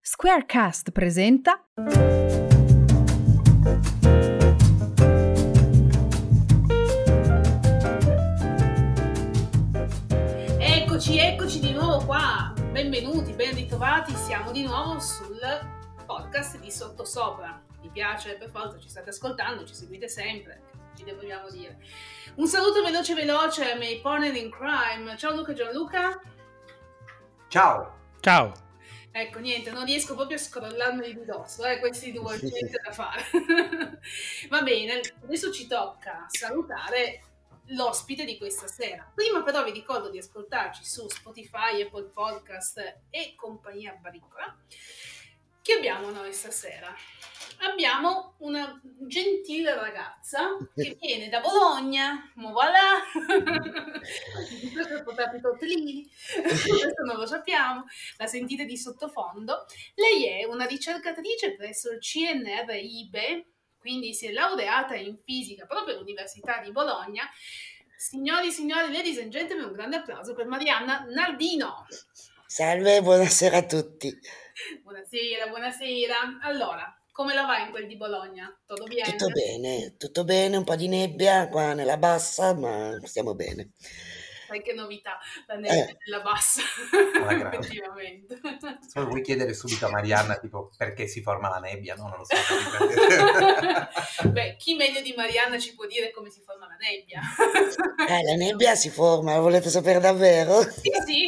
Squarecast presenta Eccoci di nuovo qua, benvenuti, ben ritrovati, siamo di nuovo sul podcast di Sottosopra. Mi piace, per forza, ci state ascoltando, ci seguite sempre, ci vogliamo dire. Un saluto veloce ai miei partner in crime. Ciao Luca e Gianluca. Ciao. Ecco, niente, non riesco proprio a scrollarmi di dosso, questi due gente da fare. Va bene, adesso ci tocca salutare l'ospite di questa sera. Prima però vi ricordo di ascoltarci su Spotify, Apple Podcast e compagnia baricola. Che abbiamo noi stasera? Abbiamo una gentile ragazza che viene da Bologna, ma voilà, questo non lo sappiamo, la sentite di sottofondo. Lei è una ricercatrice presso il CNR IBE, quindi si è laureata in fisica proprio all'Università di Bologna. Signori, ladies and gentlemen, un grande applauso per Marianna Nardino. Salve, buonasera a tutti. Buonasera. Allora, come la va in quel di Bologna? Tutto bene? Tutto bene, un po' di nebbia qua nella bassa, ma stiamo bene. Sai che novità, la nebbia nella bassa, effettivamente. Solo vuoi chiedere subito a Marianna, tipo, perché si forma la nebbia? No, non lo so. Beh, chi meglio di Marianna ci può dire come si forma la nebbia? La nebbia si forma, volete sapere davvero? Sì.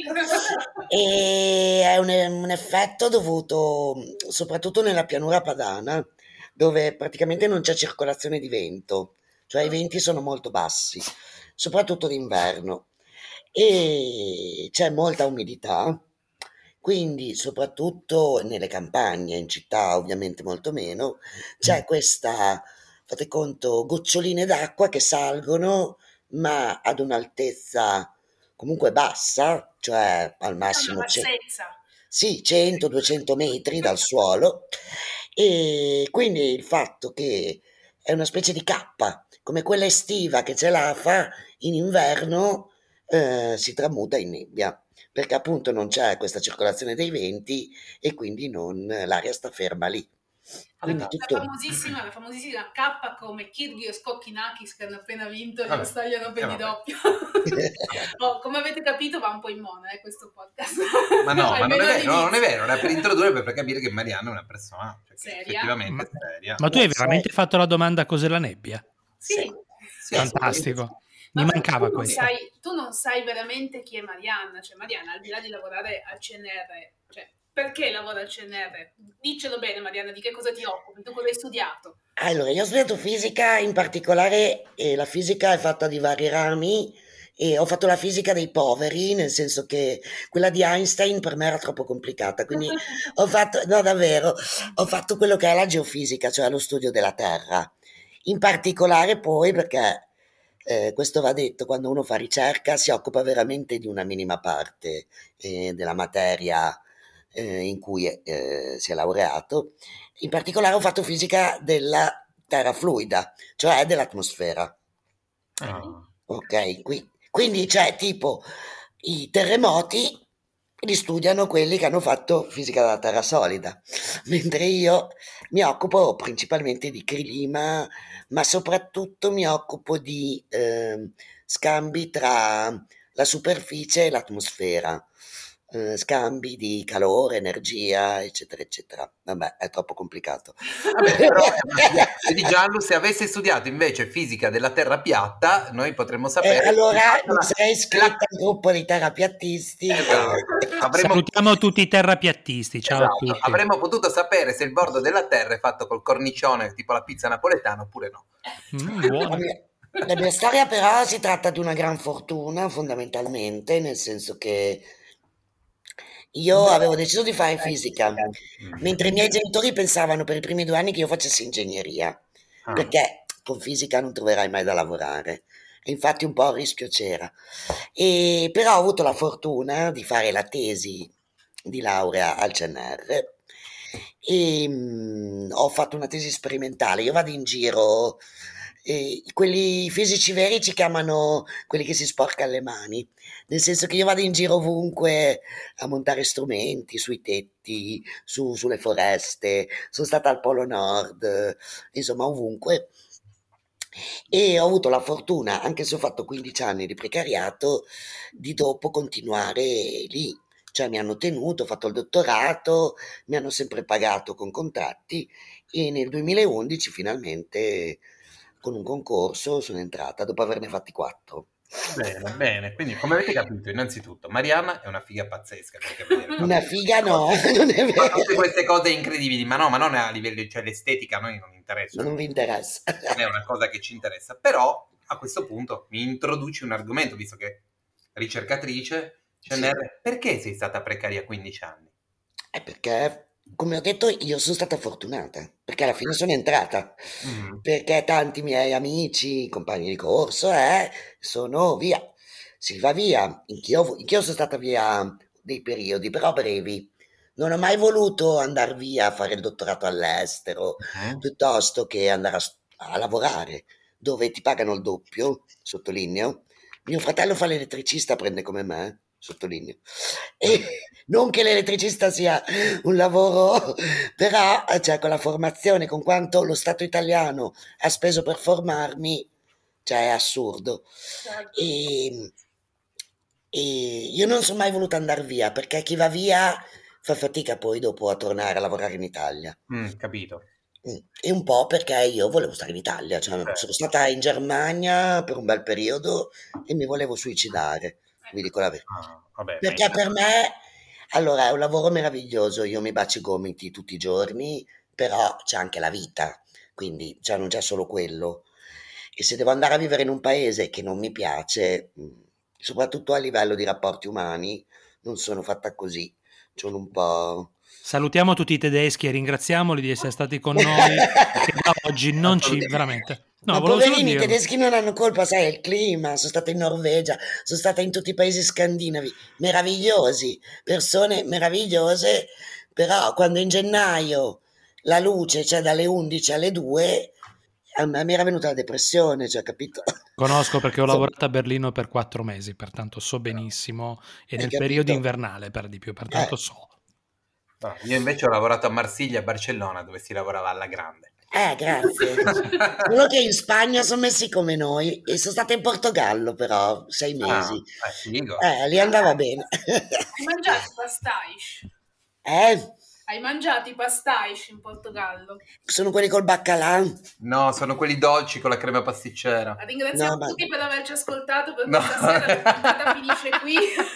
E è un effetto dovuto soprattutto nella pianura padana, dove praticamente non c'è circolazione di vento, cioè i venti sono molto bassi, soprattutto d'inverno, e c'è molta umidità, quindi soprattutto nelle campagne, in città ovviamente molto meno, c'è questa, fate conto, goccioline d'acqua che salgono ma ad un'altezza comunque bassa, cioè al massimo 100-200 metri dal suolo, e quindi il fatto che è una specie di cappa, come quella estiva che ce la fa in inverno, si tramuta in nebbia, perché appunto non c'è questa circolazione dei venti e quindi l'aria sta ferma lì. La famosissima K come Kyrgios Kokkinakis che hanno appena vinto lo Australian Open di doppio. Come avete capito va un po' in moda questo podcast. Ma non è vero, era per introdurre, per far capire che Marianna è una persona seria. Effettivamente seria. Ma tu hai veramente fatto la domanda cos'è la nebbia? Sì. Fantastico. Mi mancava questo. Tu non sai veramente chi è Marianna, cioè Marianna al di là di lavorare al CNR, cioè perché lavora al CNR? Diccelo bene Marianna, di che cosa ti occupi? Tu cosa hai studiato? Allora, io ho studiato fisica, in particolare la fisica è fatta di vari rami e ho fatto la fisica dei poveri, nel senso che quella di Einstein per me era troppo complicata, quindi ho fatto quello che è la geofisica, cioè lo studio della Terra. In particolare poi perché, questo va detto, quando uno fa ricerca si occupa veramente di una minima parte della materia in cui si è laureato. In particolare ho fatto fisica della terra fluida, cioè dell'atmosfera. Ok, quindi c'è tipo i terremoti li studiano quelli che hanno fatto fisica della terra solida, mentre io mi occupo principalmente di clima, ma soprattutto mi occupo di scambi tra la superficie e l'atmosfera. Scambi di calore, energia, eccetera, eccetera. Vabbè, è troppo complicato. Vabbè, però, di Gianlu, se avessi studiato invece fisica della terra piatta, noi potremmo sapere. Allora mi sarei iscritta al gruppo dei terrapiattisti. Salutiamo tutti i terrapiattisti. Ciao a tutti. Avremmo potuto sapere se il bordo della terra è fatto col cornicione, tipo la pizza napoletana, oppure no. Buona. La mia storia però si tratta di una gran fortuna, fondamentalmente, nel senso che io avevo deciso di fare fisica, mentre i miei genitori pensavano per i primi 2 anni che io facessi ingegneria, perché con fisica non troverai mai da lavorare. E infatti un po' il rischio c'era. Però ho avuto la fortuna di fare la tesi di laurea al CNR e ho fatto una tesi sperimentale. Io vado in giro E quelli fisici veri ci chiamano quelli che si sporcano le mani, nel senso che io vado in giro ovunque a montare strumenti, sui tetti, sulle foreste, sono stata al Polo Nord, insomma ovunque. E ho avuto la fortuna, anche se ho fatto 15 anni di precariato, di dopo continuare lì. Cioè mi hanno tenuto, ho fatto il dottorato, mi hanno sempre pagato con contratti e nel 2011 finalmente con un concorso sono entrata dopo averne fatti 4. Bene, bene. Quindi, come avete capito, innanzitutto, Marianna è una figa pazzesca. Una figa no, non è Fa vero. tutte queste cose incredibili, ma non a livello, cioè l'estetica a noi non interessa. Non vi interessa. Non è una cosa che ci interessa. Però, a questo punto, mi introduci un argomento, visto che ricercatrice, perché sei stata precaria 15 anni? Perché, come ho detto, io sono stata fortunata, perché alla fine sono entrata, perché tanti miei amici, compagni di corso, sono via, si va via, anch'io sono stata via dei periodi, però brevi. Non ho mai voluto andare via a fare il dottorato all'estero, piuttosto che andare a lavorare, dove ti pagano il doppio, sottolineo. Mio fratello fa l'elettricista, prende come me, sottolineo. E non che l'elettricista sia un lavoro, però cioè, con la formazione, con quanto lo Stato italiano ha speso per formarmi, cioè è assurdo. E io non sono mai voluta andare via, perché chi va via fa fatica poi dopo a tornare a lavorare in Italia. Capito. E un po' perché io volevo stare in Italia, cioè, sono stata in Germania per un bel periodo e mi volevo suicidare, vi dico la verità. Perché per me, allora, è un lavoro meraviglioso, io mi bacio i gomiti tutti i giorni, però c'è anche la vita, quindi cioè, non c'è solo quello. E se devo andare a vivere in un paese che non mi piace, soprattutto a livello di rapporti umani, non sono fatta così, sono un po'... Salutiamo tutti i tedeschi e ringraziamoli di essere stati con noi, che da oggi non ci veramente... No, ma poverini, i tedeschi non hanno colpa, sai, è il clima, sono stata in Norvegia, sono stata in tutti i paesi scandinavi, meravigliosi, persone meravigliose, però quando in gennaio la luce c'è dalle 11 alle 2, a me mi era venuta la depressione, cioè, capito? Conosco perché ho lavorato a Berlino per 4 mesi, pertanto so benissimo, e nel periodo invernale per di più, pertanto so. No, io invece ho lavorato a Marsiglia e a Barcellona, dove si lavorava alla grande. Grazie. Solo che in Spagna sono messi come noi e sono stata in Portogallo però 6 mesi. Figo. Lì andava bene. Hai mangiato pastéis? Hai mangiato i pastéis in Portogallo? Sono quelli col baccalà? No, sono quelli dolci con la crema pasticcera. Ringraziamo tutti per averci ascoltato per questa sera, la puntata finisce qui.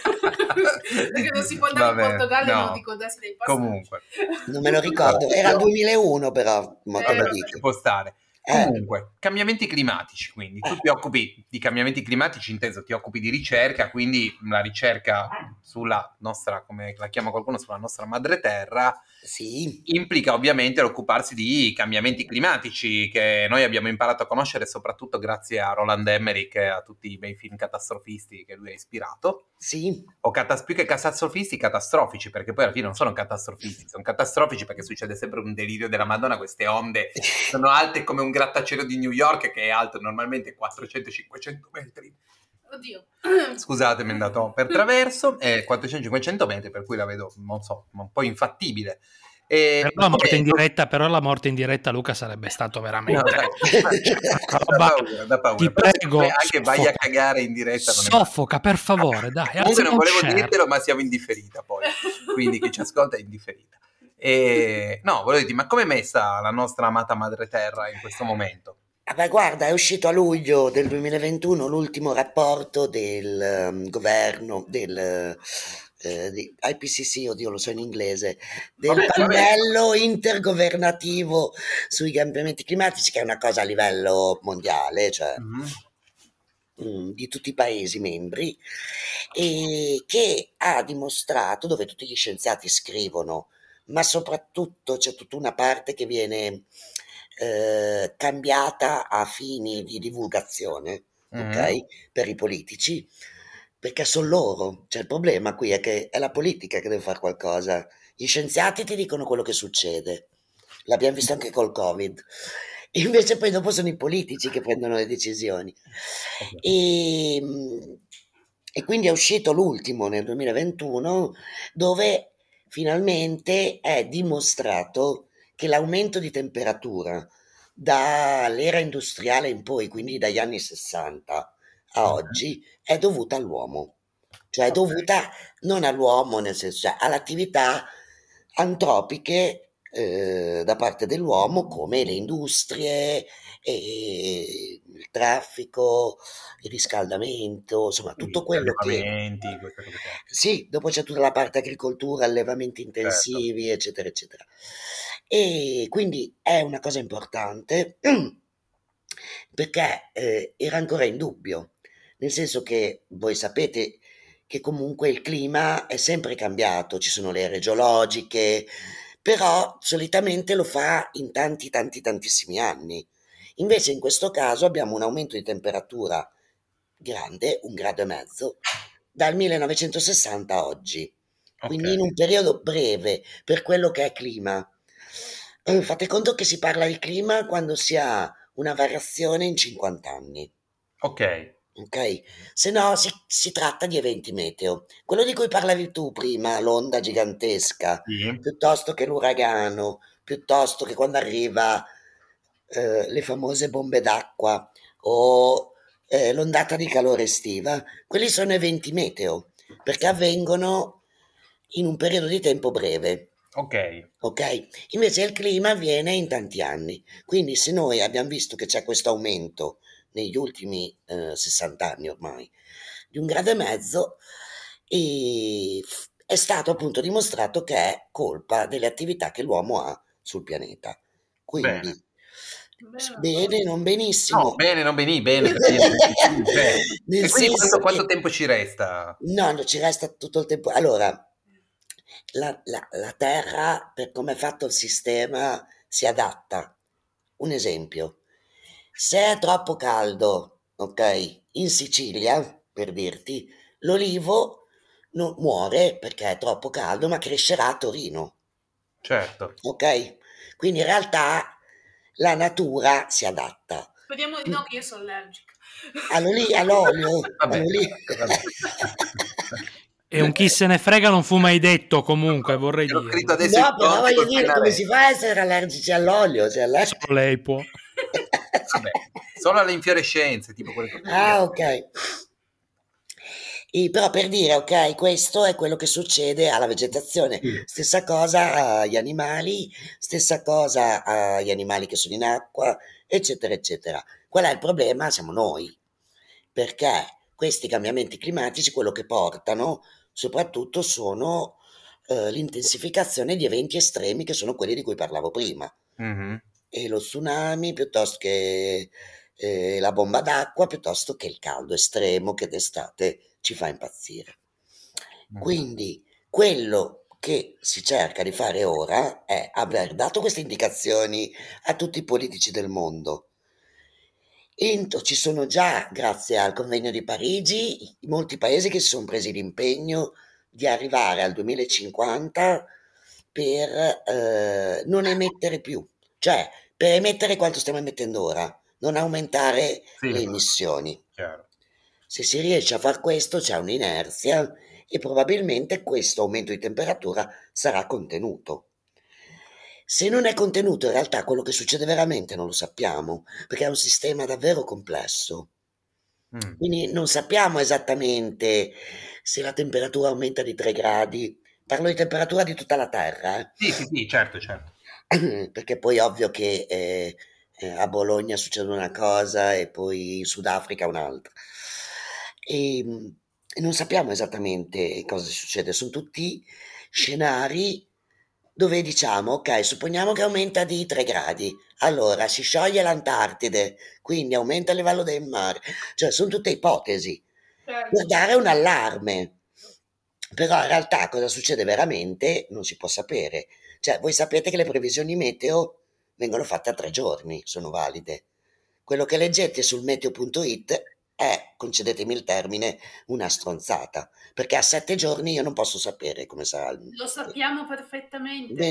Perché non si può andare in Portogallo e non ricordarsi dei pastéis. Comunque. Non me lo ricordo, era il 2001 però, ma te lo dico. Può stare. Comunque, cambiamenti climatici, quindi tu ti occupi di cambiamenti climatici, inteso ti occupi di ricerca, quindi la ricerca sulla nostra, come la chiama qualcuno, sulla nostra madre terra, sì, implica ovviamente l'occuparsi di cambiamenti climatici che noi abbiamo imparato a conoscere soprattutto grazie a Roland Emmerich e a tutti i bei film catastrofisti che lui ha ispirato. Sì. O più che catastrofisti, catastrofici, perché poi alla fine non sono catastrofisti, sono catastrofici perché succede sempre un delirio della Madonna, queste onde sono alte come un grattacielo di New York che è alto normalmente 400-500 metri. Oddio. Scusate, mi è andato per traverso, è 400-500 metri, per cui la vedo, non so, un po' infattibile. Però la morte in diretta, Luca, sarebbe stato veramente da paura. Ti prego, anche vai a cagare in diretta, soffoca, per favore, dai. Comunque non volevo dirtelo, ma siamo in differita poi, quindi chi ci ascolta è in differita. No, volevo dire, ma com'è messa la nostra amata madre terra in questo momento? Guarda, è uscito a luglio del 2021 l'ultimo rapporto del governo, del di IPCC, oddio lo so in inglese, del pannello intergovernativo sui cambiamenti climatici, che è una cosa a livello mondiale, cioè di tutti i paesi membri, e che ha dimostrato, dove tutti gli scienziati scrivono, ma soprattutto c'è tutta una parte che viene cambiata a fini di divulgazione, ok? Per i politici, perché sono loro, cioè il problema qui è che è la politica che deve fare qualcosa, gli scienziati ti dicono quello che succede, l'abbiamo visto anche col Covid, Invece poi dopo sono i politici che prendono le decisioni. E, e quindi è uscito l'ultimo nel 2021, dove finalmente è dimostrato che l'aumento di temperatura dall'era industriale in poi, quindi dagli anni 60 a oggi, è dovuta all'uomo. Cioè è dovuta non all'uomo, nel senso, cioè all'attività antropiche da parte dell'uomo, come le industrie, il traffico, il riscaldamento, insomma tutto quello che... allevamenti, queste cose qua. Sì, dopo c'è tutta la parte agricoltura, allevamenti Certo. intensivi, eccetera, eccetera. E quindi è una cosa importante perché era ancora in dubbio, nel senso che voi sapete che comunque il clima è sempre cambiato, ci sono le ere geologiche, però solitamente lo fa in tantissimi anni. Invece in questo caso abbiamo un aumento di temperatura grande, 1,5 gradi, dal 1960 a oggi, quindi in un periodo breve per quello che è clima. Fate conto che si parla di clima quando si ha una variazione in 50 anni. Ok. Ok? Se no si tratta di eventi meteo. Quello di cui parlavi tu prima, l'onda gigantesca, Sì. piuttosto che l'uragano, piuttosto che quando arriva le famose bombe d'acqua o l'ondata di calore estiva, quelli sono eventi meteo, perché avvengono in un periodo di tempo breve. Ok. Ok? Invece il clima avviene in tanti anni. Quindi se noi abbiamo visto che c'è questo aumento negli ultimi 60 anni ormai di 1,5 gradi, e è stato appunto dimostrato che è colpa delle attività che l'uomo ha sul pianeta. Quindi bene, non benissimo. No, bene, non bene. Nel E quindi senso quanto che... tempo ci resta? No, non ci resta tutto il tempo. Allora, la Terra, per come è fatto il sistema, si adatta. Un esempio, se è troppo caldo, ok, in Sicilia, per dirti, l'olivo non muore perché è troppo caldo, ma crescerà a Torino, Certo. ok? Quindi in realtà la natura si adatta. Speriamo di no, che io sono allergica. All'olio? Vabbè. E un chi se ne frega non fu mai detto, comunque, vorrei Ero dire. scritto adesso No, il però conto voglio col dire, come si pennarello. fa a essere allergici all'olio? Cioè, Solo lei può. Vabbè, solo alle infiorescenze, tipo quelle cose. Ah, ok. Però per dire, ok, questo è quello che succede alla vegetazione. Stessa cosa agli animali, stessa cosa agli animali che sono in acqua, eccetera, eccetera. Qual è il problema? Siamo noi. Perché questi cambiamenti climatici quello che portano soprattutto sono l'intensificazione di eventi estremi che sono quelli di cui parlavo prima. Mhm. E lo tsunami piuttosto che la bomba d'acqua, piuttosto che il caldo estremo che d'estate ci fa impazzire. Quindi quello che si cerca di fare ora è aver dato queste indicazioni a tutti i politici del mondo. Ci sono già, grazie al convegno di Parigi, molti paesi che si sono presi l'impegno di arrivare al 2050 per non emettere più, cioè per emettere quanto stiamo emettendo ora, non aumentare le emissioni. Chiaro. Se si riesce a far questo c'è un'inerzia e probabilmente questo aumento di temperatura sarà contenuto. Se non è contenuto, in realtà quello che succede veramente non lo sappiamo, perché è un sistema davvero complesso. Quindi non sappiamo esattamente se la temperatura aumenta di 3 gradi. Parlo di temperatura di tutta la Terra. Sì, certo. Perché poi è ovvio che a Bologna succede una cosa e poi in Sudafrica un'altra. E non sappiamo esattamente cosa succede, sono tutti scenari dove diciamo, ok, supponiamo che aumenta di 3 gradi, allora si scioglie l'Antartide, quindi aumenta il livello del mare, cioè sono tutte ipotesi per dare un allarme, però in realtà cosa succede veramente non si può sapere. Cioè voi sapete che le previsioni meteo vengono fatte a 3 giorni, sono valide. Quello che leggete sul meteo.it è, concedetemi il termine, una stronzata, perché a 7 giorni io non posso sapere come sarà. Lo sappiamo perfettamente. Bene,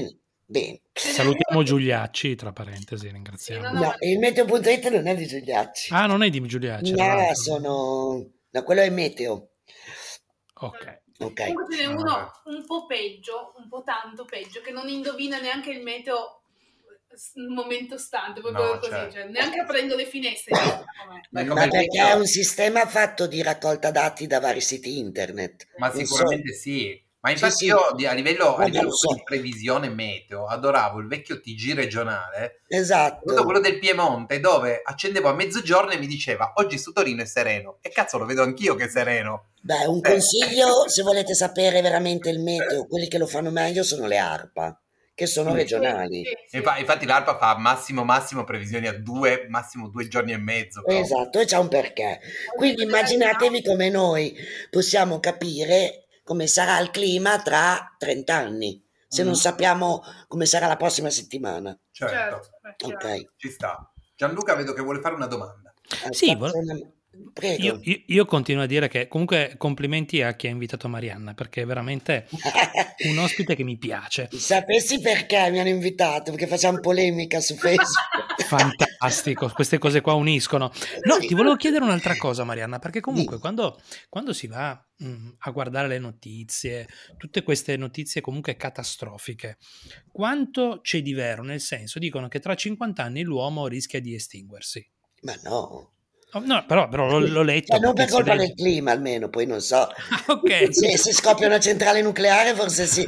Bene. Salutiamo Giuliacci, tra parentesi, ringraziamo. No, il meteo.it non è di Giuliacci. Ah, non è di Giuliacci. No, quello è Meteo. Ok. Comunque ce n'è uno un po' peggio, un po' tanto peggio, che non indovina neanche il meteo un momento stante, proprio così, certo. cioè, neanche aprendo le finestre. Ma perché è un sistema fatto di raccolta dati da vari siti internet. Ma sicuramente sì. Ma infatti Sì. io a livello So. di previsione meteo adoravo il vecchio TG regionale, Esatto. quello del Piemonte, dove accendevo a mezzogiorno e mi diceva oggi su Torino è sereno. E cazzo, lo vedo anch'io che è sereno. Beh, un consiglio, se volete sapere veramente il meteo, quelli che lo fanno meglio sono le ARPA, che sono regionali. Sì. Infatti l'ARPA fa massimo previsioni a massimo 2 giorni e mezzo. Esatto, e c'è un perché. Quindi immaginatevi come noi possiamo capire come sarà il clima tra 30 anni, se non sappiamo come sarà la prossima settimana. Certo. Ok. Ci sta. Gianluca vedo che vuole fare una domanda. Sì, Prego. Io continuo a dire che comunque complimenti a chi ha invitato Marianna, perché è veramente un ospite che mi piace. Sapessi perché mi hanno invitato, perché facciamo polemica su Facebook. Fantastico, queste cose qua uniscono. No, ti volevo chiedere un'altra cosa, Marianna, perché comunque quando si va a guardare le notizie, tutte queste notizie comunque catastrofiche, quanto c'è di vero? Nel senso, dicono che tra 50 anni l'uomo rischia di estinguersi. Ma no. No, però l'ho letto. Non per colpa del clima, almeno, poi non so. Ok. Se scoppia una centrale nucleare, forse sì.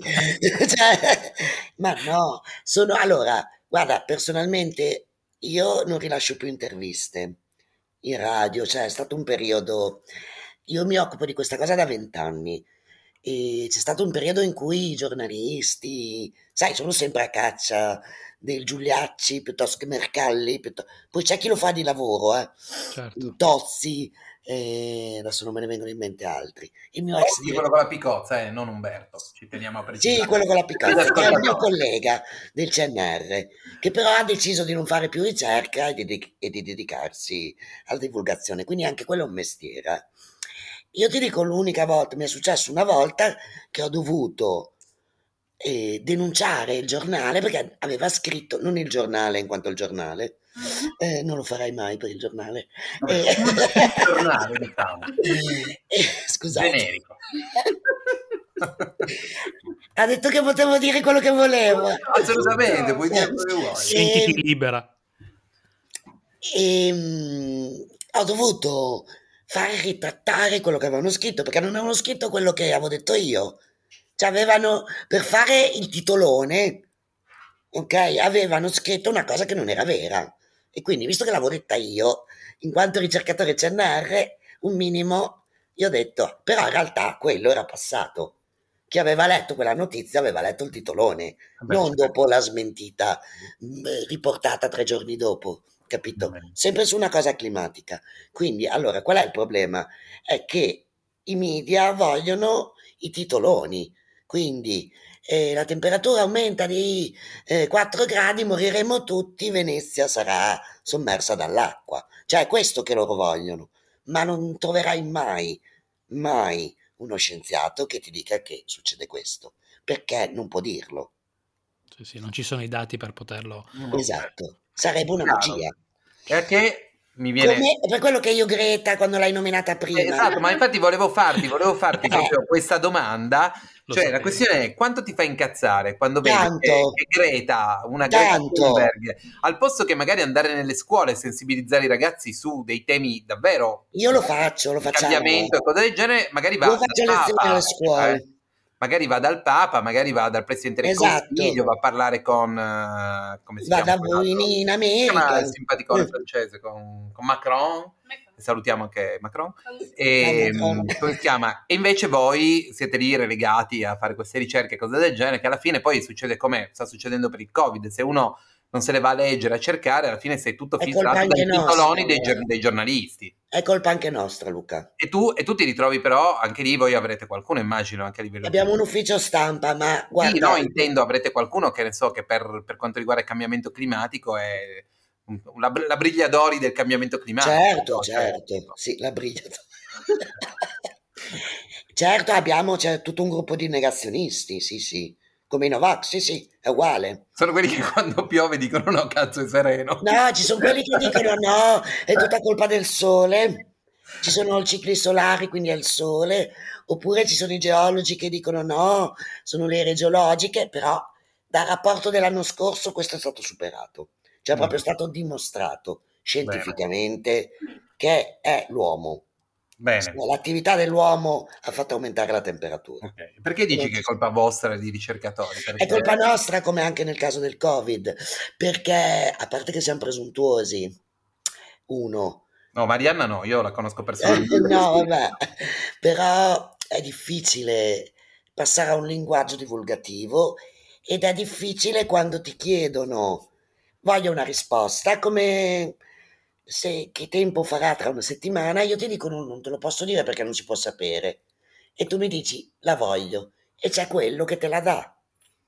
Ma no, allora, guarda, personalmente io non rilascio più interviste in radio, cioè è stato un periodo, io mi occupo di questa cosa da 20 anni e c'è stato un periodo in cui i giornalisti, sai, sono sempre a caccia del Giuliacci piuttosto che Mercalli, poi c'è chi lo fa di lavoro, certo. Tozzi, adesso non me ne vengono in mente altri. Il mio ex quello con la picozza, non Umberto, ci teniamo a precisare. Sì, quello con la picozza, che è il mio collega del CNR, che però ha deciso di non fare più ricerca e di dedicarsi alla divulgazione, quindi anche quello è un mestiere. Io ti dico, l'unica volta, mi è successo una volta che ho dovuto denunciare il giornale perché aveva scritto, non il giornale in quanto il giornale, non lo farai mai per il giornale. Il giornale, diciamo. Scusate. Generico. Ha detto che potevo dire quello che volevo. Assolutamente, puoi dire quello che vuoi. Sentiti libera. Ho dovuto fare ritrattare quello che avevano scritto, perché non avevano scritto quello che avevo detto io. Cioè avevano, per fare il titolone, ok, avevano scritto una cosa che non era vera. E quindi, visto che l'avevo detta io, in quanto ricercatore CNR, un minimo, io ho detto, però in realtà quello era passato. Chi aveva letto quella notizia aveva letto il titolone, non dopo la smentita riportata 3 giorni dopo, capito? Sempre su una cosa climatica. Quindi, allora, qual è il problema? È che i media vogliono i titoloni, quindi la temperatura aumenta di 4 gradi, moriremo tutti, Venezia sarà sommersa dall'acqua. Cioè è questo che loro vogliono, ma non troverai mai uno scienziato che ti dica che succede questo, perché non può dirlo. Sì, non ci sono i dati per poterlo. Esatto, sarebbe una magia. Perché mi viene... per quello che io Greta, quando l'hai nominata prima. Esatto, ma infatti volevo farti proprio questa domanda. Cioè, la questione è: quanto ti fa incazzare quando vedi che Greta, una Greta Thunberg, al posto che magari andare nelle scuole e sensibilizzare i ragazzi su dei temi davvero... Io lo faccio, cambiamento e cose del genere, magari va io faccio lezioni alle scuole. Magari va dal Papa, magari va dal Presidente del Consiglio, va a parlare con come si chiama? In America. Il simpaticone francese con Macron. Salutiamo anche Macron. E come si chiama? E invece voi siete lì relegati a fare queste ricerche e cose del genere, che alla fine poi succede come sta succedendo per il Covid. Se uno non se le va a leggere, a cercare, alla fine sei tutto filtrato dai titoloni dei giornalisti. È colpa anche nostra, Luca. E tu ti ritrovi però, anche lì voi avrete qualcuno, immagino, anche a livello... Abbiamo un ufficio stampa, ma guarda... Sì, no, intendo, avrete qualcuno che ne so, che per quanto riguarda il cambiamento climatico è la Brigliadori del cambiamento climatico. Certo, sì, la Brigliadori. Certo, c'è tutto un gruppo di negazionisti, sì. come i Novax, sì, è uguale. Sono quelli che quando piove dicono no, cazzo è sereno. No, ci sono quelli che dicono no, è tutta colpa del sole, ci sono i cicli solari, quindi è il sole, oppure ci sono i geologi che dicono no, sono le ere geologiche, però dal rapporto dell'anno scorso questo è stato superato, cioè è proprio stato dimostrato scientificamente che è l'uomo. Bene. L'attività dell'uomo ha fatto aumentare la temperatura. Okay. Perché dici che è colpa vostra di ricercatori? È colpa nostra, come anche nel caso del Covid, perché a parte che siamo presuntuosi, uno. No, Marianna no, io la conosco personalmente. No, vabbè, però è difficile passare a un linguaggio divulgativo ed è difficile quando ti chiedono, voglio una risposta, come se che tempo farà tra una settimana, io ti dico non te lo posso dire perché non si può sapere. E tu mi dici, la voglio, e c'è quello che te la dà.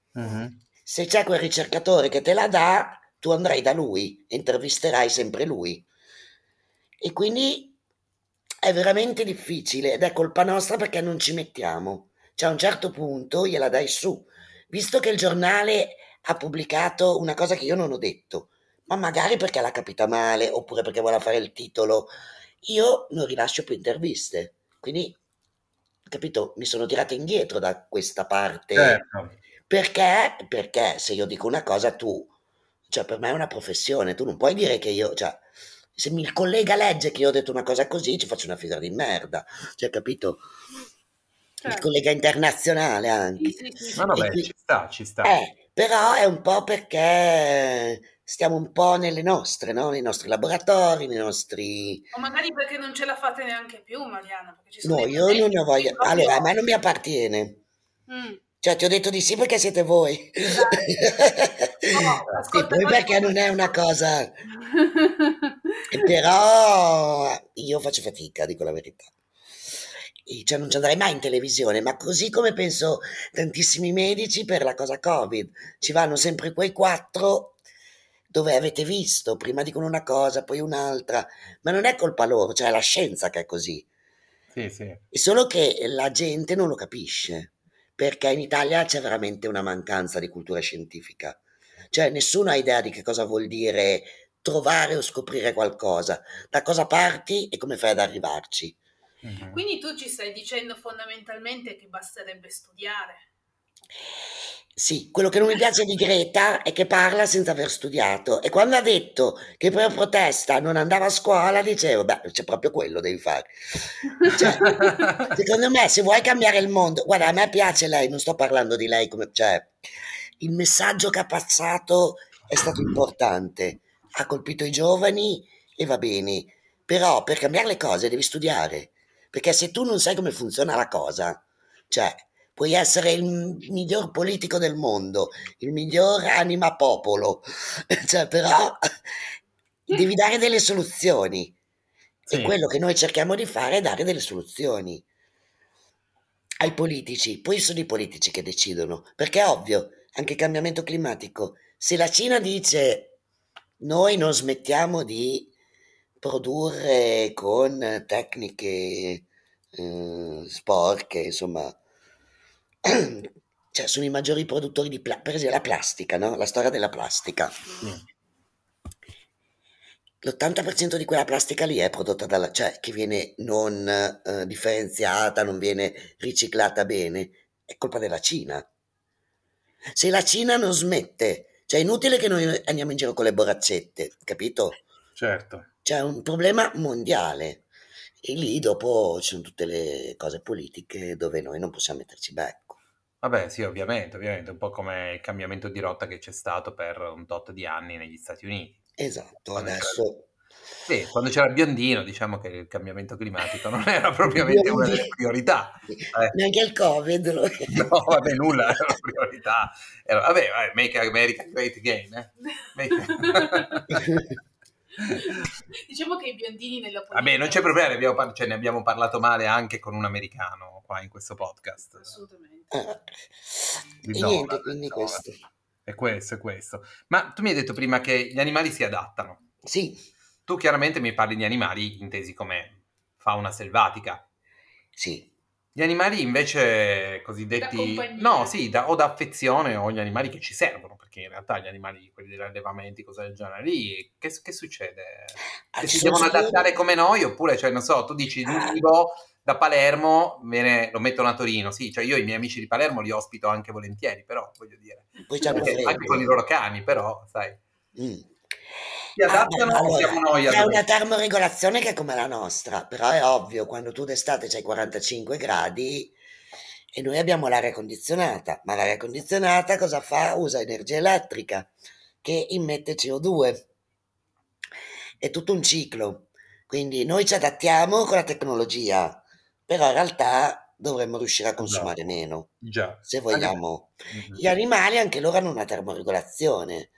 Se c'è quel ricercatore che te la dà, tu andrai da lui, intervisterai sempre lui. E quindi è veramente difficile ed è colpa nostra perché non ci mettiamo. Cioè a un certo punto gliela dai su. Visto che il giornale ha pubblicato una cosa che io non ho detto, ma magari perché l'ha capita male oppure perché vuole fare il titolo, io non rilascio più interviste. Quindi, capito, mi sono tirata indietro da questa parte. Certo. Perché se io dico una cosa tu, cioè per me è una professione, tu non puoi dire che io, cioè se il collega legge che io ho detto una cosa così ci faccio una figura di merda, cioè capito? Il collega internazionale anche. Sì. No, beh, ci sta. Però è un po' perché stiamo un po' nelle nostre, no? Nei nostri laboratori, nei nostri... O magari perché non ce la fate neanche più, Mariana. Perché ci sono No, dei io non ne ho progetti voglia. proprio- Allora, a me non mi appartiene. Cioè, ti ho detto di sì perché siete voi. No, Sì, poi perché non è una cosa... Però io faccio fatica, dico la verità. Cioè non ci andrei mai in televisione, ma così come penso tantissimi medici per la cosa Covid. Ci vanno sempre quei 4 dove avete visto, prima dicono una cosa, poi un'altra, ma non è colpa loro, cioè è la scienza che è così. Sì. È solo che la gente non lo capisce, perché in Italia c'è veramente una mancanza di cultura scientifica. Cioè nessuno ha idea di che cosa vuol dire trovare o scoprire qualcosa, da cosa parti e come fai ad arrivarci. Quindi tu ci stai dicendo fondamentalmente che basterebbe studiare. Sì, quello che non mi piace di Greta è che parla senza aver studiato, e quando ha detto che per protesta non andava a scuola dicevo, beh, c'è proprio quello devi fare. Cioè, secondo me se vuoi cambiare il mondo, guarda, a me piace lei, non sto parlando di lei come, cioè, il messaggio che ha passato è stato importante, ha colpito i giovani e va bene, però per cambiare le cose devi studiare, perché se tu non sai come funziona la cosa, cioè puoi essere il miglior politico del mondo, il miglior anima popolo, cioè, però devi dare delle soluzioni. Sì. E quello che noi cerchiamo di fare è dare delle soluzioni ai politici. Poi sono i politici che decidono, perché è ovvio, anche il cambiamento climatico. Se la Cina dice noi non smettiamo di produrre con tecniche sporche, insomma, cioè sono i maggiori produttori di per esempio la plastica, no? La storia della plastica. L'80% di quella plastica lì è prodotta dalla, cioè che viene non differenziata, non viene riciclata bene, è colpa della Cina. Se la Cina non smette, cioè è inutile che noi andiamo in giro con le boraccette, capito? Certo. C'è un problema mondiale e lì dopo ci sono tutte le cose politiche dove noi non possiamo metterci becco. Vabbè, sì, ovviamente, un po' come il cambiamento di rotta che c'è stato per un tot di anni negli Stati Uniti. Esatto, Quando adesso... Sì, quando c'era il biondino, diciamo che il cambiamento climatico non era propriamente una delle priorità. Neanche il Covid. No, vabbè, nulla era una priorità. Vabbè, make America great again. Diciamo che i biondini nella politica... Vabbè, non c'è problema, ne abbiamo parlato male anche con un americano qua in questo podcast. Assolutamente. E niente, quindi questo. È questo. Ma tu mi hai detto prima che gli animali si adattano. Sì. Tu chiaramente mi parli di animali intesi come fauna selvatica. Sì. Gli animali invece Da cosiddetti, compagnia. no, sì, o da affezione o gli animali che ci servono, perché in realtà gli animali, quelli degli allevamenti, cose del genere lì, che succede? Ah, Che ci si sono devono studi. adattare come noi, oppure, cioè, non so, tu dici l'ulivo da Palermo lo mettono a Torino, sì, cioè io i miei amici di Palermo li ospito anche volentieri, però, voglio dire, Poi c'hanno anche con i freddo. loro cani, però, sai, Mm. si Ah, beh, adattano o allora, siamo noi a c'è dover... una termoregolazione che è come la nostra, però è ovvio, quando tu d'estate c'hai 45 gradi e noi abbiamo l'aria condizionata, ma l'aria condizionata cosa fa? Usa energia elettrica che immette CO2. È tutto un ciclo. Quindi noi ci adattiamo con la tecnologia, però in realtà dovremmo riuscire a consumare Esatto. meno, Già. se vogliamo. Mhm. Gli animali anche loro hanno una termoregolazione.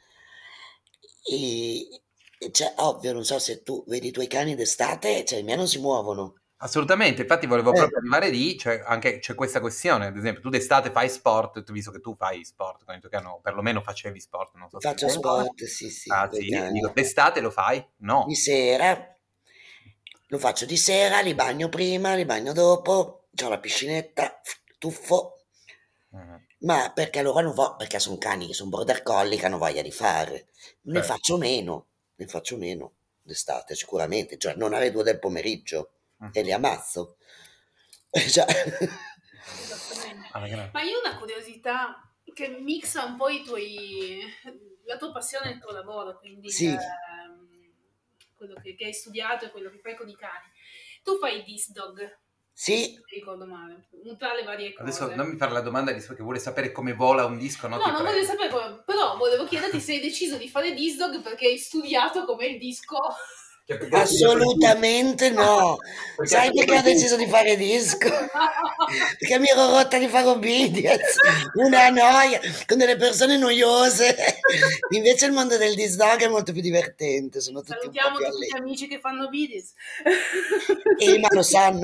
Cioè, ovvio, non so se tu vedi i tuoi cani d'estate, cioè i miei non si muovono. Assolutamente, infatti volevo Eh, proprio arrivare lì, cioè anche c'è questa questione, ad esempio tu d'estate fai sport, visto che tu fai sport, con il tuo cane, o perlomeno facevi sport, non so se faccio è ancora. sport, sì, sì, Ah coi sì, cani. dico, d'estate lo fai? Di No. sera, lo faccio di sera, li bagno prima, li bagno dopo, c'ho la piscinetta, tuffo, Mhm. ma perché loro non perché sono cani, sono border collie che hanno voglia di fare. Certo. Ne faccio meno d'estate sicuramente, cioè non alle 2 del pomeriggio e li ammazzo. Cioè, Esattamente. Ah, perché no? Ma io ho una curiosità che mixa un po' la tua passione e il tuo lavoro, quindi sì, quello che hai studiato e quello che fai con i cani. Tu fai Disc Dog, sì, se ricordo male, tra le varie Adesso cose. non mi fare la domanda di che vuole sapere come vola un disco, no? No, Ti non prego. voglio sapere come, però volevo chiederti se hai deciso di fare Disc Dog perché hai studiato com'è il disco. Che perché ha studiato il assolutamente no. Perché ha Sai perché ho studiato il deciso di fare disco? Perché mi ero rotta di fare obedience, una noia, con delle persone noiose. Invece il mondo del disc dog è molto più divertente, sono tutti un po' Salutiamo più tutti gli allegri. amici che fanno Bidis. Ma lo sanno.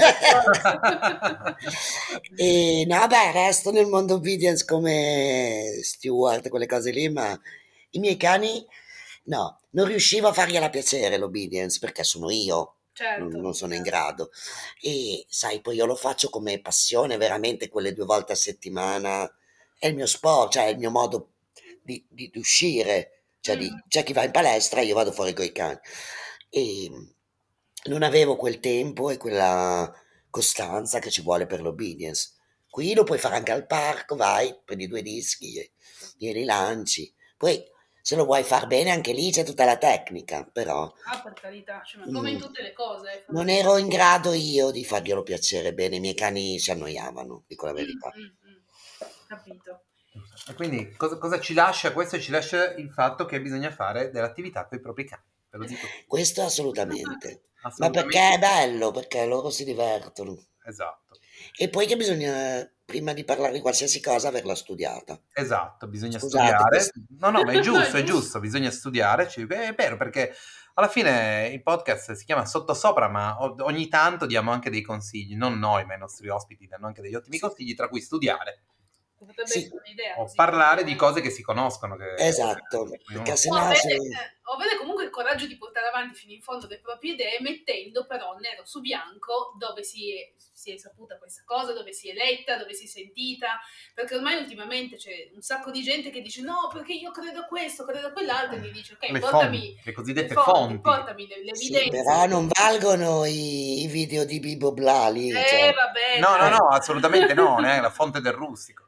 E no, beh, resto nel mondo obedience come steward, quelle cose lì, ma i miei cani, no, non riuscivo a fargliela piacere l'obedience perché sono io, Certo, non sono in certo. grado. E sai, poi io lo faccio come passione, veramente quelle 2 volte a settimana, è il mio sport, cioè è il mio modo di uscire, cioè c'è chi va in palestra, io vado fuori coi cani. E non avevo quel tempo e quella costanza che ci vuole per l'obedience. Qui lo puoi fare anche al parco, vai, prendi 2 dischi e glieli lanci. Poi, se lo vuoi far bene, anche lì c'è tutta la tecnica, però Ah, per carità, cioè, ma come in tutte le cose. non ero in grado io di farglielo piacere bene. I miei cani si annoiavano, dico la verità. Capito. E quindi cosa ci lascia? Questo ci lascia il fatto che bisogna fare dell'attività con i propri cani. Ve lo dico. Questo assolutamente. Ma Assolutamente. perché è bello, perché loro si divertono. Esatto. E poi che bisogna, prima di parlare di qualsiasi cosa, averla studiata. Esatto, bisogna Scusate, studiare. No, ma è No, giusto, è è giusto, bisogna studiare. È vero, perché alla fine il podcast si chiama Sottosopra, ma ogni tanto diamo anche dei consigli, non noi, ma i nostri ospiti danno anche degli ottimi consigli, tra cui studiare Potrebbe Sì, essere un'idea. o Così. parlare di cose che si conoscono. esatto, perché se no O avere comunque il coraggio di portare avanti fino in fondo le proprie idee, mettendo però nero su bianco dove si è saputa questa cosa, dove si è letta, dove si è sentita, perché ormai ultimamente c'è un sacco di gente che dice no, perché io credo a questo, credo a quell'altro, e mi dice ok, Le portami fonti, le cosiddette le fonti, fonti. portami le sì, evidenze. però non valgono i video di Bibo Blali. Cioè. Vabbè. No, assolutamente no, la fonte del rustico.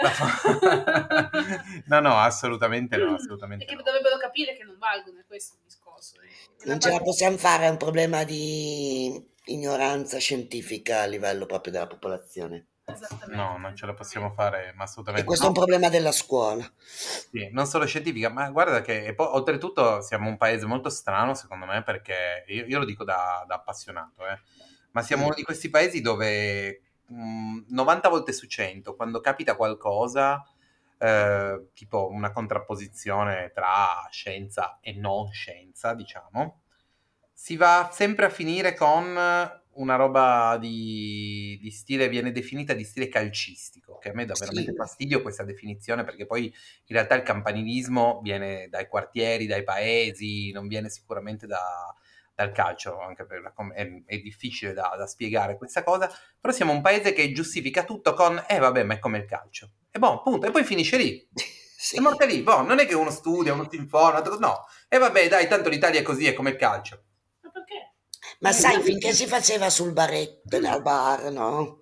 No, assolutamente no, E assolutamente che no. dovrebbero capire che non valgono, è questo il discorso. Non ce la possiamo fare, è un problema di ignoranza scientifica a livello proprio della popolazione. Esattamente. No, non ce la possiamo fare, ma E assolutamente questo è un no. problema della scuola. Sì, non solo scientifica, ma guarda che e poi, oltretutto siamo un paese molto strano, secondo me, perché io lo dico da appassionato, ma siamo uno di questi paesi dove 90 volte su 100, quando capita qualcosa, tipo una contrapposizione tra scienza e non scienza, diciamo, si va sempre a finire con una roba di stile, viene definita di stile calcistico, che a me dà veramente Sì. fastidio questa definizione, perché poi in realtà il campanilismo viene dai quartieri, dai paesi, non viene sicuramente dal calcio, anche per è difficile da spiegare questa cosa, però siamo un paese che giustifica tutto con vabbè, ma è come il calcio. E boh, punto, e poi finisce lì. Sì. È morta lì, boh, non è che uno studia, uno si informa, no. E vabbè, dai, tanto l'Italia è così, è come il calcio. Ma perché? Ma sai, finché si faceva sul baretto, al bar, no?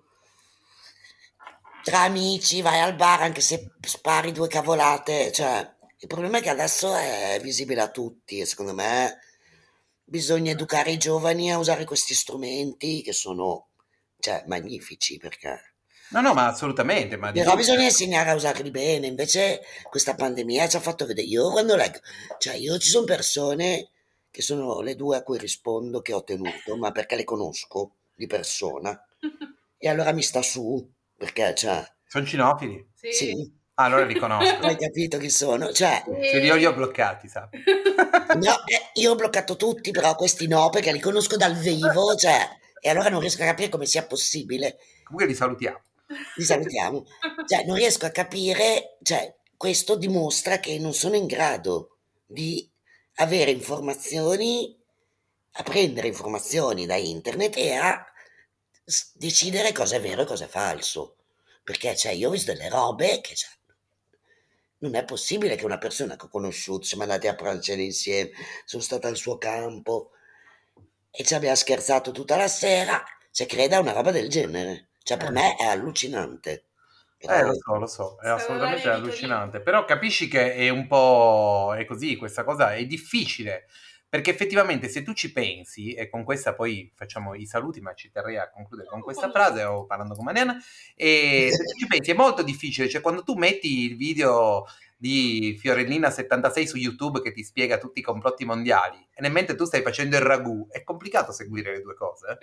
Tra amici vai al bar anche se spari due cavolate, cioè il problema è che adesso è visibile a tutti e secondo me bisogna educare i giovani a usare questi strumenti che sono, cioè, magnifici perché... No, ma assolutamente. Ma Però bisogna insegnare a usarli bene, invece questa pandemia ci ha fatto vedere, io quando leggo, cioè io ci sono persone che sono le due a cui rispondo che ho tenuto, ma perché le conosco di persona e allora mi sta su, perché cioè... Sono cinofili? Sì. Ah, allora li conosco. Hai capito chi sono? Cioè... Se li ho bloccati, sa. No, io ho bloccato tutti, però questi no, perché li conosco dal vivo, cioè, e allora non riesco a capire come sia possibile. Comunque li salutiamo. Li salutiamo. Cioè, non riesco a capire, cioè, questo dimostra che non sono in grado di avere informazioni, a prendere informazioni da internet e a decidere cosa è vero e cosa è falso. Perché, cioè, io ho visto delle robe che, cioè, non è possibile che una persona che ho conosciuto, siamo andati a pranzare insieme, sono stata al suo campo e ci abbiamo scherzato tutta la sera, cioè creda a una roba del genere. Cioè per me è allucinante. Però... lo so, è assolutamente allucinante. Però capisci che è un po' è così, questa cosa è difficile, perché effettivamente se tu ci pensi, e con questa poi facciamo i saluti, ma ci terrei a concludere con questa frase, o parlando con Mariana, e se tu ci pensi è molto difficile, cioè quando tu metti il video di Fiorellina76 su YouTube che ti spiega tutti i complotti mondiali e nel mentre tu stai facendo il ragù, è complicato seguire le due cose.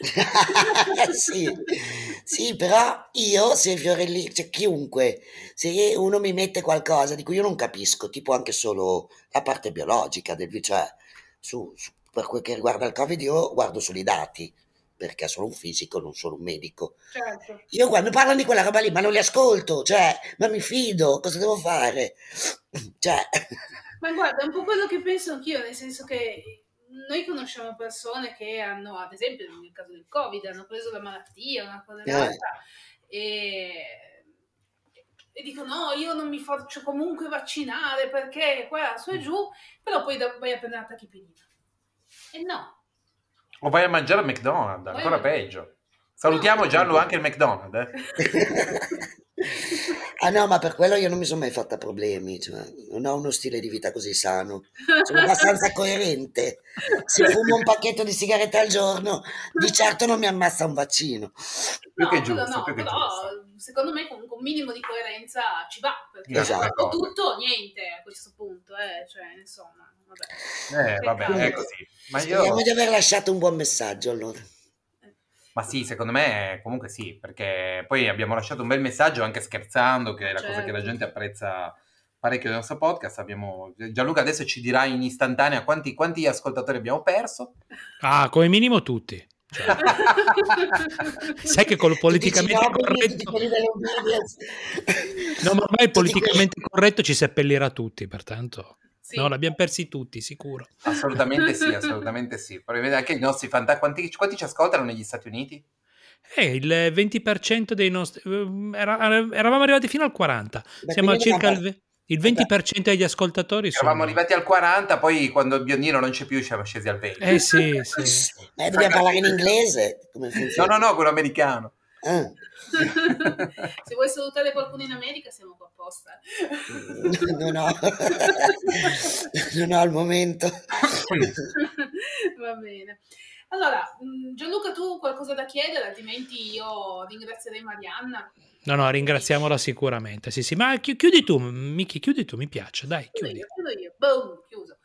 Sì, però io se Fiorellina, cioè chiunque, se uno mi mette qualcosa di cui io non capisco, tipo anche solo la parte biologica del cioè per quel che riguarda il Covid io guardo solo i dati, perché sono un fisico, non sono un medico. Certo. Io quando parlano di quella roba lì, ma non li ascolto, cioè, ma mi fido, cosa devo fare? Cioè... Ma guarda, è un po' quello che penso anch'io, nel senso che noi conosciamo persone che hanno, ad esempio nel caso del Covid, hanno preso la malattia, una cosa dell'altra, e dicono no, io non mi faccio comunque vaccinare perché qua su e giù, però poi vai a prendere la tachipirina. E no. O vai a mangiare al McDonald's, ancora peggio. Salutiamo Gianlu anche il McDonald's. Ah no, ma per quello io non mi sono mai fatta problemi, cioè, non ho uno stile di vita così sano, sono abbastanza coerente. Se fumo un pacchetto di sigarette al giorno, di certo non mi ammazza un vaccino. Più che giusto, però secondo me comunque un minimo di coerenza ci va, perché esatto. tutto o niente a questo punto, cioè insomma, vabbè, è così. Ma speriamo di aver lasciato un buon messaggio allora. Ma sì, secondo me comunque sì, perché poi abbiamo lasciato un bel messaggio anche scherzando, che è la cosa che la gente apprezza parecchio del nostro podcast. Gianluca adesso ci dirà in istantanea quanti ascoltatori abbiamo perso. Ah, come minimo tutti. Cioè. Sai che col politicamente corretto no, ma ormai politicamente corretto ci seppellirà tutti, pertanto sì. No, l'abbiamo persi tutti, sicuro. Assolutamente sì. Però anche i nostri fantasmi. Quanti ci ascoltano negli Stati Uniti? Il 20% dei nostri eravamo arrivati fino al 40%. Siamo a circa il 20% degli ascoltatori. Eravamo arrivati al 40%, poi quando il biondino non c'è più siamo scesi al 20%. Sì. Dobbiamo parlare in inglese? Come funziona? No, quello americano. Se vuoi salutare qualcuno in America siamo qua apposta. Non ho al momento. Va bene. Allora, Gianluca, tu qualcosa da chiedere, altrimenti io ringrazierei Marianna. No, ringraziamola sicuramente. Sì, ma chiudi tu, Miki, mi piace, dai, chiudi. Chiudo io. Boom, chiuso.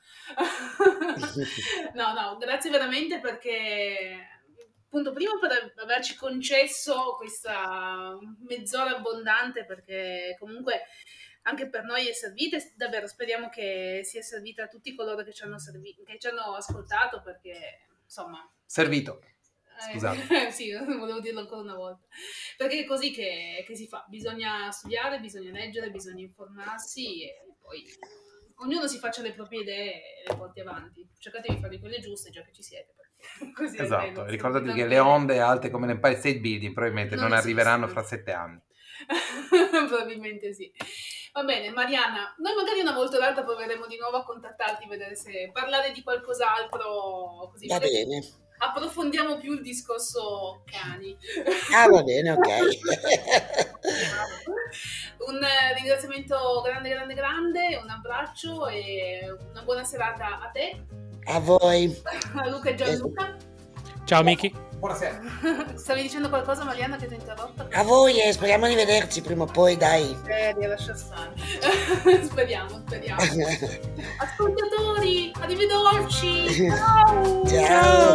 No, grazie veramente perché appunto prima per averci concesso questa mezz'ora abbondante, perché comunque anche per noi è servita, davvero speriamo che sia servita a tutti coloro che ci hanno ascoltato, perché insomma servito. Scusate. Sì, volevo dirlo ancora una volta, perché è così che si fa, bisogna studiare, bisogna leggere, bisogna informarsi e poi ognuno si faccia le proprie idee e le porti avanti. Cercate di farle quelle giuste già che ci siete. Così esatto, ricordati che le onde alte come l'Empire State Building probabilmente non arriveranno fra 7 anni. Probabilmente sì. Va bene, Marianna, noi magari una volta o l'altra proveremo di nuovo a contattarti, vedere se parlare di qualcos'altro, così Va bene. approfondiamo più il discorso cani. Ah, va bene, ok. Un ringraziamento grande, un abbraccio e una buona serata a te, A voi. a Luca e Gianluca. Ciao Miki. Buonasera. Stavi dicendo qualcosa, Marianna, che ti ho interrotto? A voi e speriamo di vederci prima o poi, dai. Lascia stare. Speriamo. Ascoltatori, arrivederci. Ciao. Ciao.